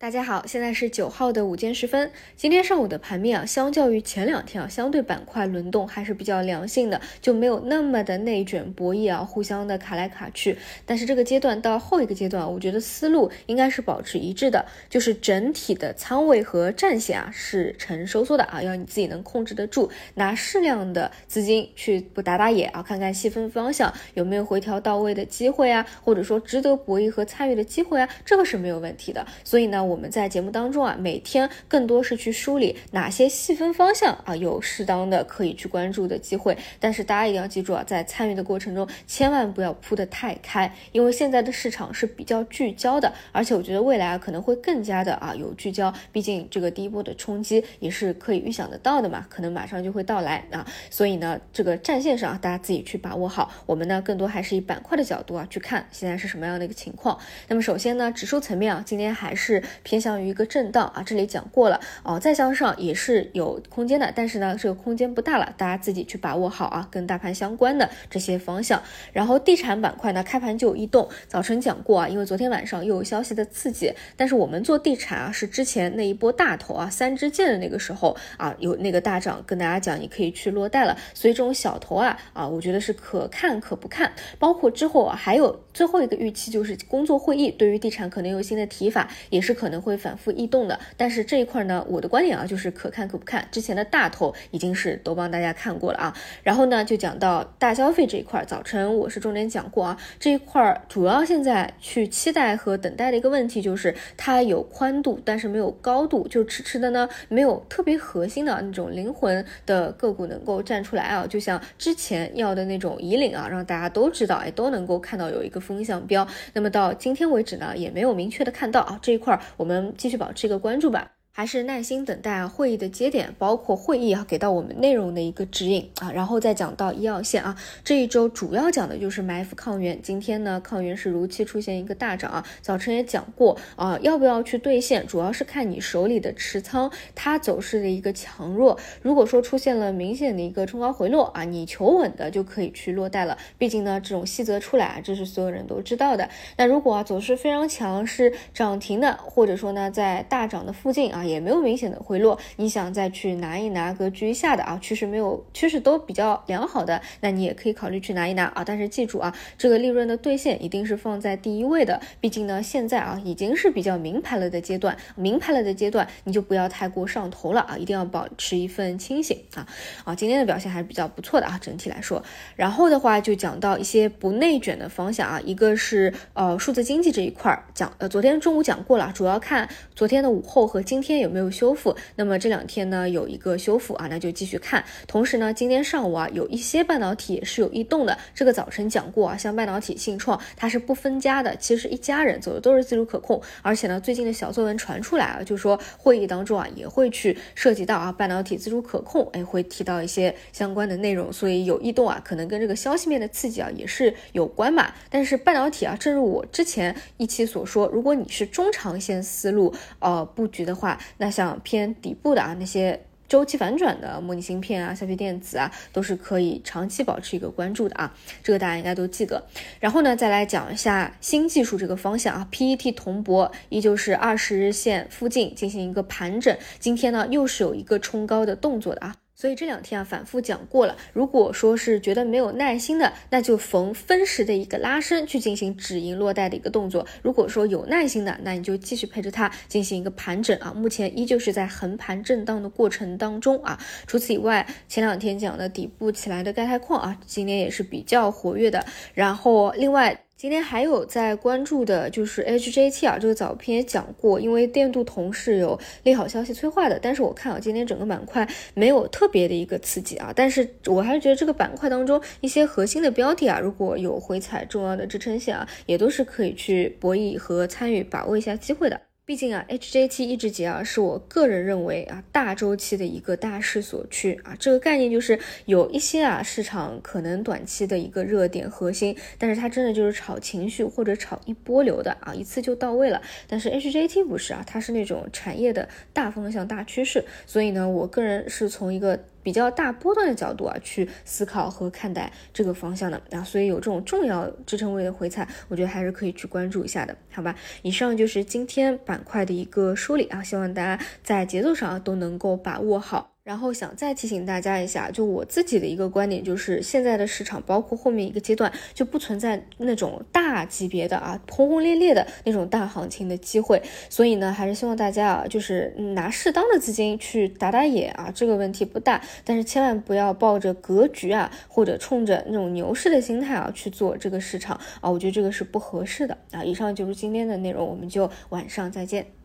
大家好，现在是9号的午间10分。今天上午的盘面相较于前2天相对板块轮动还是比较良性的，就没有那么的内卷博弈互相的卡来卡去。但是这个阶段到后一个阶段，我觉得思路应该是保持一致的，就是整体的仓位和战线是呈收缩的要你自己能控制得住，拿适量的资金去打打野看看细分方向有没有回调到位的机会或者说值得博弈和参与的机会这个是没有问题的。所以呢，我们在节目当中每天更多是去梳理哪些细分方向有适当的可以去关注的机会。但是大家一定要记住在参与的过程中千万不要铺得太开，因为现在的市场是比较聚焦的，而且我觉得未来可能会更加的有聚焦，毕竟这个第一波的冲击也是可以预想得到的嘛，可能马上就会到来所以呢，这个战线上大家自己去把握好。我们呢更多还是以板块的角度去看现在是什么样的一个情况。那么首先呢，指数层面今天还是偏向于一个震荡这里讲过了再向上也是有空间的，但是呢这个空间不大了，大家自己去把握好跟大盘相关的这些方向。然后地产板块呢开盘就有异动，早晨讲过因为昨天晚上又有消息的刺激，但是我们做地产是之前那一波大头3支箭的那个时候有那个大涨跟大家讲你可以去落袋了，所以这种小头我觉得是可看可不看。包括之后还有最后一个预期，就是工作会议对于地产可能有新的提法，也是可能会反复异动的。但是这一块呢，我的观点就是可看可不看，之前的大头已经是都帮大家看过了然后呢就讲到大消费这一块，早晨我是重点讲过这一块主要现在去期待和等待的一个问题就是它有宽度但是没有高度，就迟迟的呢没有特别核心的那种灵魂的个股能够站出来就像之前要的那种以领让大家都知道都能够看到有一个风向标。那么到今天为止呢也没有明确的看到这一块，我们继续保持一个关注吧，还是耐心等待会议的节点，包括会议给到我们内容的一个指引然后再讲到医药线这一周主要讲的就是埋伏抗原。今天呢抗原是如期出现一个大涨早晨也讲过要不要去兑现主要是看你手里的持仓它走势的一个强弱。如果说出现了明显的一个冲高回落你求稳的就可以去落袋了，毕竟呢这种细则出来这是所有人都知道的。那如果走势非常强，是涨停的，或者说呢在大涨的附近也没有明显的回落，你想再去拿一拿格局一下的趋势都比较良好的，那你也可以考虑去拿一拿但是记住这个利润的兑现一定是放在第一位的，毕竟呢现在已经是比较明牌了的阶段，明牌了的阶段你就不要太过上头了一定要保持一份清醒今天的表现还是比较不错的整体来说。然后的话就讲到一些不内卷的方向一个是数字经济这一块昨天中午讲过了，主要看昨天的午后和今天有没有修复，那么这2天呢有一个修复那就继续看。同时呢今天上午有一些半导体也是有异动的，这个早晨讲过像半导体信创它是不分家的，其实一家人走的都是自主可控，而且呢最近的小作文传出来就是说会议当中也会去涉及到半导体自主可控会提到一些相关的内容，所以有异动可能跟这个消息面的刺激也是有关嘛。但是半导体正如我之前一期所说，如果你是中长线思路布局的话，那像偏底部的那些周期反转的模拟芯片消费电子都是可以长期保持一个关注的这个大家应该都记得。然后呢再来讲一下新技术这个方向PET 铜箔依旧是20日线附近进行一个盘整，今天呢又是有一个冲高的动作的所以这2天反复讲过了，如果说是觉得没有耐心的，那就逢分时的一个拉升去进行止盈落袋的一个动作，如果说有耐心的，那你就继续陪着它进行一个盘整目前依旧是在横盘震荡的过程当中除此以外，前2天讲的底部起来的钙钛矿今天也是比较活跃的。然后另外今天还有在关注的就是 HJT 这个早篇也讲过，因为电镀铜是有利好消息催化的，但是我看今天整个板块没有特别的一个刺激但是我还是觉得这个板块当中一些核心的标的如果有回踩重要的支撑线也都是可以去博弈和参与把握一下机会的。毕竟HJT 抑制节是我个人认为大周期的一个大势所趋这个概念就是有一些市场可能短期的一个热点核心，但是它真的就是炒情绪或者炒一波流的一次就到位了。但是 HJT 不是它是那种产业的大方向大趋势，所以呢我个人是从一个比较大波段的角度去思考和看待这个方向的所以有这种重要支撑位的回踩，我觉得还是可以去关注一下的，好吧？以上就是今天板块的一个梳理希望大家在节奏上都能够把握好。然后想再提醒大家一下，就我自己的一个观点，就是现在的市场包括后面一个阶段就不存在那种大级别的轰轰烈烈的那种大行情的机会，所以呢还是希望大家就是拿适当的资金去打打野这个问题不大，但是千万不要抱着格局或者冲着那种牛市的心态去做这个市场我觉得这个是不合适的以上就是今天的内容，我们就晚上再见。